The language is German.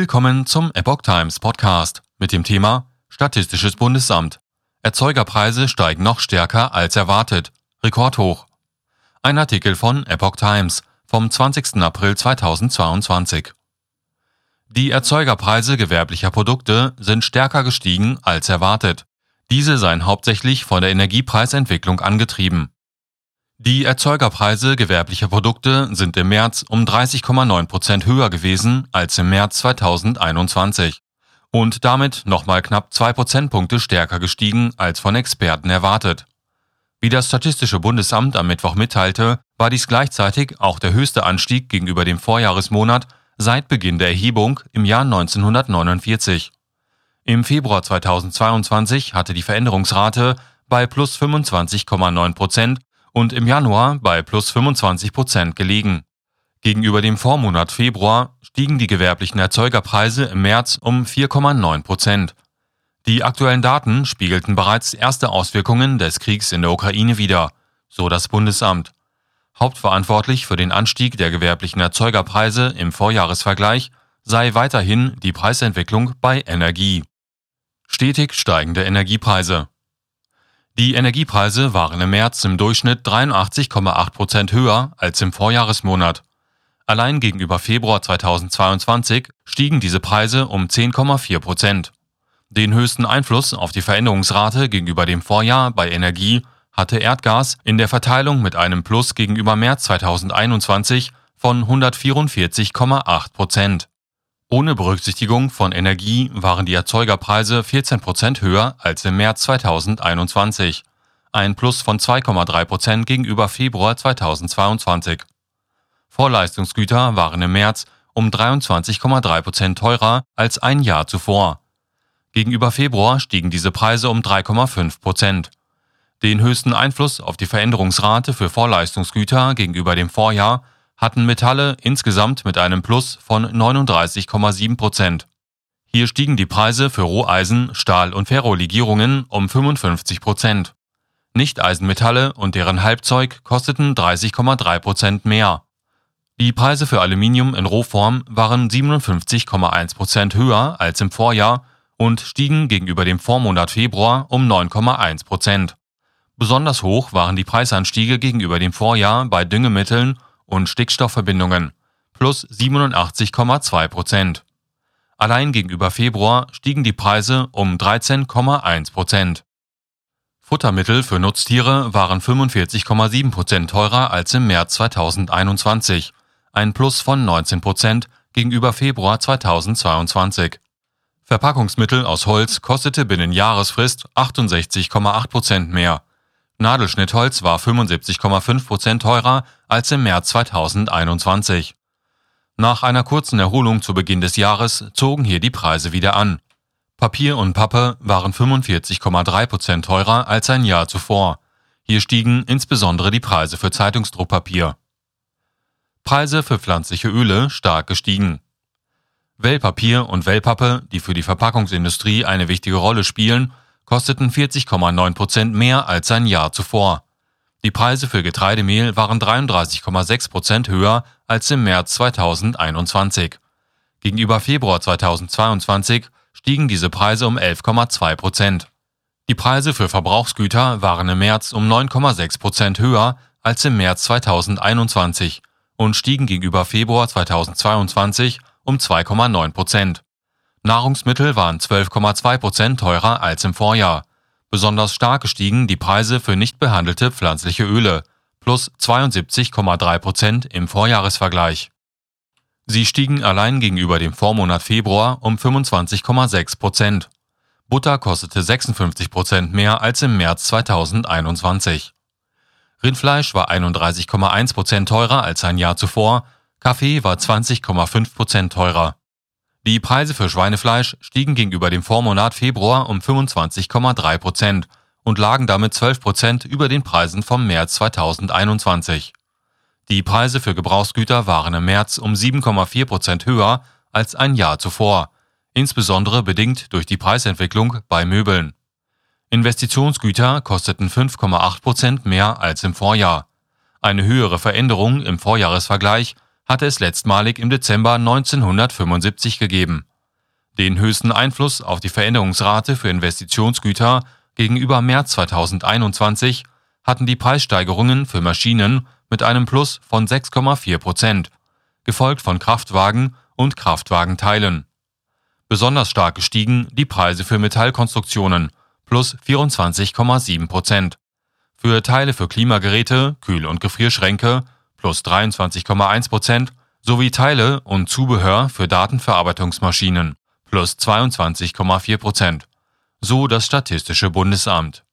Willkommen zum Epoch Times Podcast mit dem Thema Statistisches Bundesamt. Erzeugerpreise steigen noch stärker als erwartet. Rekordhoch. Ein Artikel von Epoch Times vom 20. April 2022. Die Erzeugerpreise gewerblicher Produkte sind stärker gestiegen als erwartet. Diese seien hauptsächlich von der Energiepreisentwicklung angetrieben. Die Erzeugerpreise gewerblicher Produkte sind im März um 30,9% höher gewesen als im März 2021 und damit nochmal knapp 2 Prozentpunkte stärker gestiegen als von Experten erwartet. Wie das Statistische Bundesamt am Mittwoch mitteilte, war dies gleichzeitig auch der höchste Anstieg gegenüber dem Vorjahresmonat seit Beginn der Erhebung im Jahr 1949. Im Februar 2022 hatte die Veränderungsrate bei plus 25,9% und im Januar bei plus 25% gelegen. Gegenüber dem Vormonat Februar stiegen die gewerblichen Erzeugerpreise im März um 4,9%. Die aktuellen Daten spiegelten bereits erste Auswirkungen des Kriegs in der Ukraine wider, so das Bundesamt. Hauptverantwortlich für den Anstieg der gewerblichen Erzeugerpreise im Vorjahresvergleich sei weiterhin die Preisentwicklung bei Energie. Stetig steigende Energiepreise. Die Energiepreise waren im März im Durchschnitt 83,8% höher als im Vorjahresmonat. Allein gegenüber Februar 2022 stiegen diese Preise um 10,4%. Den höchsten Einfluss auf die Veränderungsrate gegenüber dem Vorjahr bei Energie hatte Erdgas in der Verteilung mit einem Plus gegenüber März 2021 von 144,8%. Ohne Berücksichtigung von Energie waren die Erzeugerpreise 14% höher als im März 2021, ein Plus von 2,3% gegenüber Februar 2022. Vorleistungsgüter waren im März um 23,3% teurer als ein Jahr zuvor. Gegenüber Februar stiegen diese Preise um 3,5%. Den höchsten Einfluss auf die Veränderungsrate für Vorleistungsgüter gegenüber dem Vorjahr hatten Metalle insgesamt mit einem Plus von 39,7%. Hier stiegen die Preise für Roheisen, Stahl- und Ferrolegierungen um 55%. Nicht-Eisenmetalle und deren Halbzeug kosteten 30,3% mehr. Die Preise für Aluminium in Rohform waren 57,1% höher als im Vorjahr und stiegen gegenüber dem Vormonat Februar um 9,1%. Besonders hoch waren die Preisanstiege gegenüber dem Vorjahr bei Düngemitteln und Stickstoffverbindungen, plus 87,2%. Allein gegenüber Februar stiegen die Preise um 13,1%. Futtermittel für Nutztiere waren 45,7% teurer als im März 2021, ein Plus von 19% gegenüber Februar 2022. Verpackungsmittel aus Holz kostete binnen Jahresfrist 68,8% mehr. Nadelschnittholz war 75,5% teurer als im März 2021. Nach einer kurzen Erholung zu Beginn des Jahres zogen hier die Preise wieder an. Papier und Pappe waren 45,3% teurer als ein Jahr zuvor. Hier stiegen insbesondere die Preise für Zeitungsdruckpapier. Preise für pflanzliche Öle stark gestiegen. Wellpapier und Wellpappe, die für die Verpackungsindustrie eine wichtige Rolle spielen, kosteten 40,9% mehr als ein Jahr zuvor. Die Preise für Getreidemehl waren 33,6% höher als im März 2021. Gegenüber Februar 2022 stiegen diese Preise um 11,2%. Die Preise für Verbrauchsgüter waren im März um 9,6% höher als im März 2021 und stiegen gegenüber Februar 2022 um 2,9%. Nahrungsmittel waren 12,2% teurer als im Vorjahr. Besonders stark gestiegen die Preise für nicht behandelte pflanzliche Öle, plus 72,3% im Vorjahresvergleich. Sie stiegen allein gegenüber dem Vormonat Februar um 25,6%. Butter kostete 56% mehr als im März 2021. Rindfleisch war 31,1% teurer als ein Jahr zuvor, Kaffee war 20,5% teurer. Die Preise für Schweinefleisch stiegen gegenüber dem Vormonat Februar um 25,3% und lagen damit 12% über den Preisen vom März 2021. Die Preise für Gebrauchsgüter waren im März um 7,4% höher als ein Jahr zuvor, insbesondere bedingt durch die Preisentwicklung bei Möbeln. Investitionsgüter kosteten 5,8% mehr als im Vorjahr. Eine höhere Veränderung im Vorjahresvergleich hatte es letztmalig im Dezember 1975 gegeben. Den höchsten Einfluss auf die Veränderungsrate für Investitionsgüter gegenüber März 2021 hatten die Preissteigerungen für Maschinen mit einem Plus von 6,4%, gefolgt von Kraftwagen und Kraftwagenteilen. Besonders stark gestiegen die Preise für Metallkonstruktionen plus 24,7%, für Teile für Klimageräte, Kühl- und Gefrierschränke plus 23,1% sowie Teile und Zubehör für Datenverarbeitungsmaschinen plus 22,4%, so das Statistische Bundesamt.